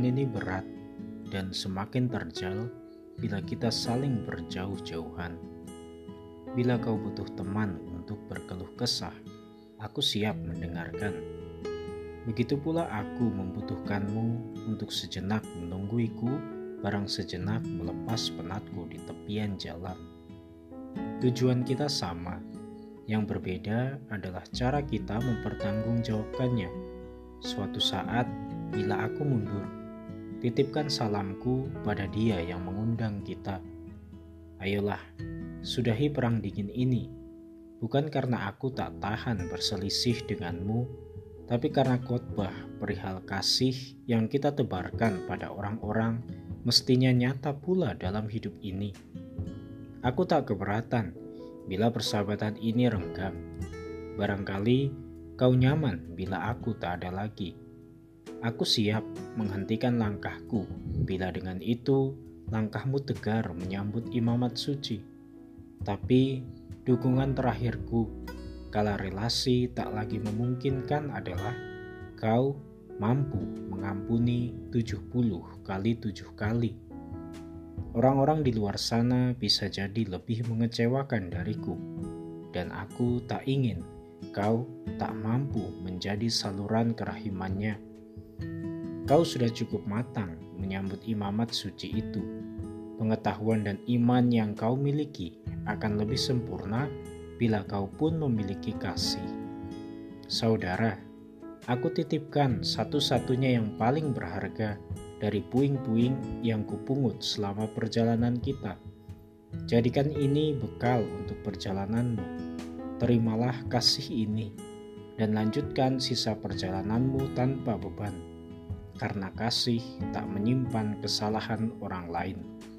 Hubungan ini berat dan semakin terjal bila kita saling berjauh-jauhan. Bila kau butuh teman untuk berkeluh kesah, aku siap mendengarkan. Begitu pula aku membutuhkanmu untuk sejenak menungguiku, barang sejenak melepas penatku di tepian jalan. Tujuan kita sama, yang berbeda adalah cara kita mempertanggungjawabkannya. Suatu saat, bila aku mundur, titipkan salamku pada dia yang mengundang kita. Ayolah, sudahi perang dingin ini, bukan karena aku tak tahan berselisih denganmu, tapi karena khotbah perihal kasih yang kita tebarkan pada orang-orang mestinya nyata pula dalam hidup ini. Aku tak keberatan bila persahabatan ini renggang. Barangkali kau nyaman bila aku tak ada lagi. Aku siap menghentikan langkahku bila dengan itu langkahmu tegar menyambut imamat suci. Tapi dukungan terakhirku kala relasi tak lagi memungkinkan adalah kau mampu mengampuni 70 kali 7 kali. Orang-orang di luar sana bisa jadi lebih mengecewakan dariku, dan aku tak ingin kau tak mampu menjadi saluran kerahimannya. Kau sudah cukup matang menyambut imamat suci itu. Pengetahuan dan iman yang kau miliki akan lebih sempurna bila kau pun memiliki kasih. Saudara, aku titipkan satu-satunya yang paling berharga dari puing-puing yang kupungut selama perjalanan kita. Jadikan ini bekal untuk perjalananmu. Terimalah kasih ini dan lanjutkan sisa perjalananmu tanpa beban, karena kasih tak menyimpan kesalahan orang lain.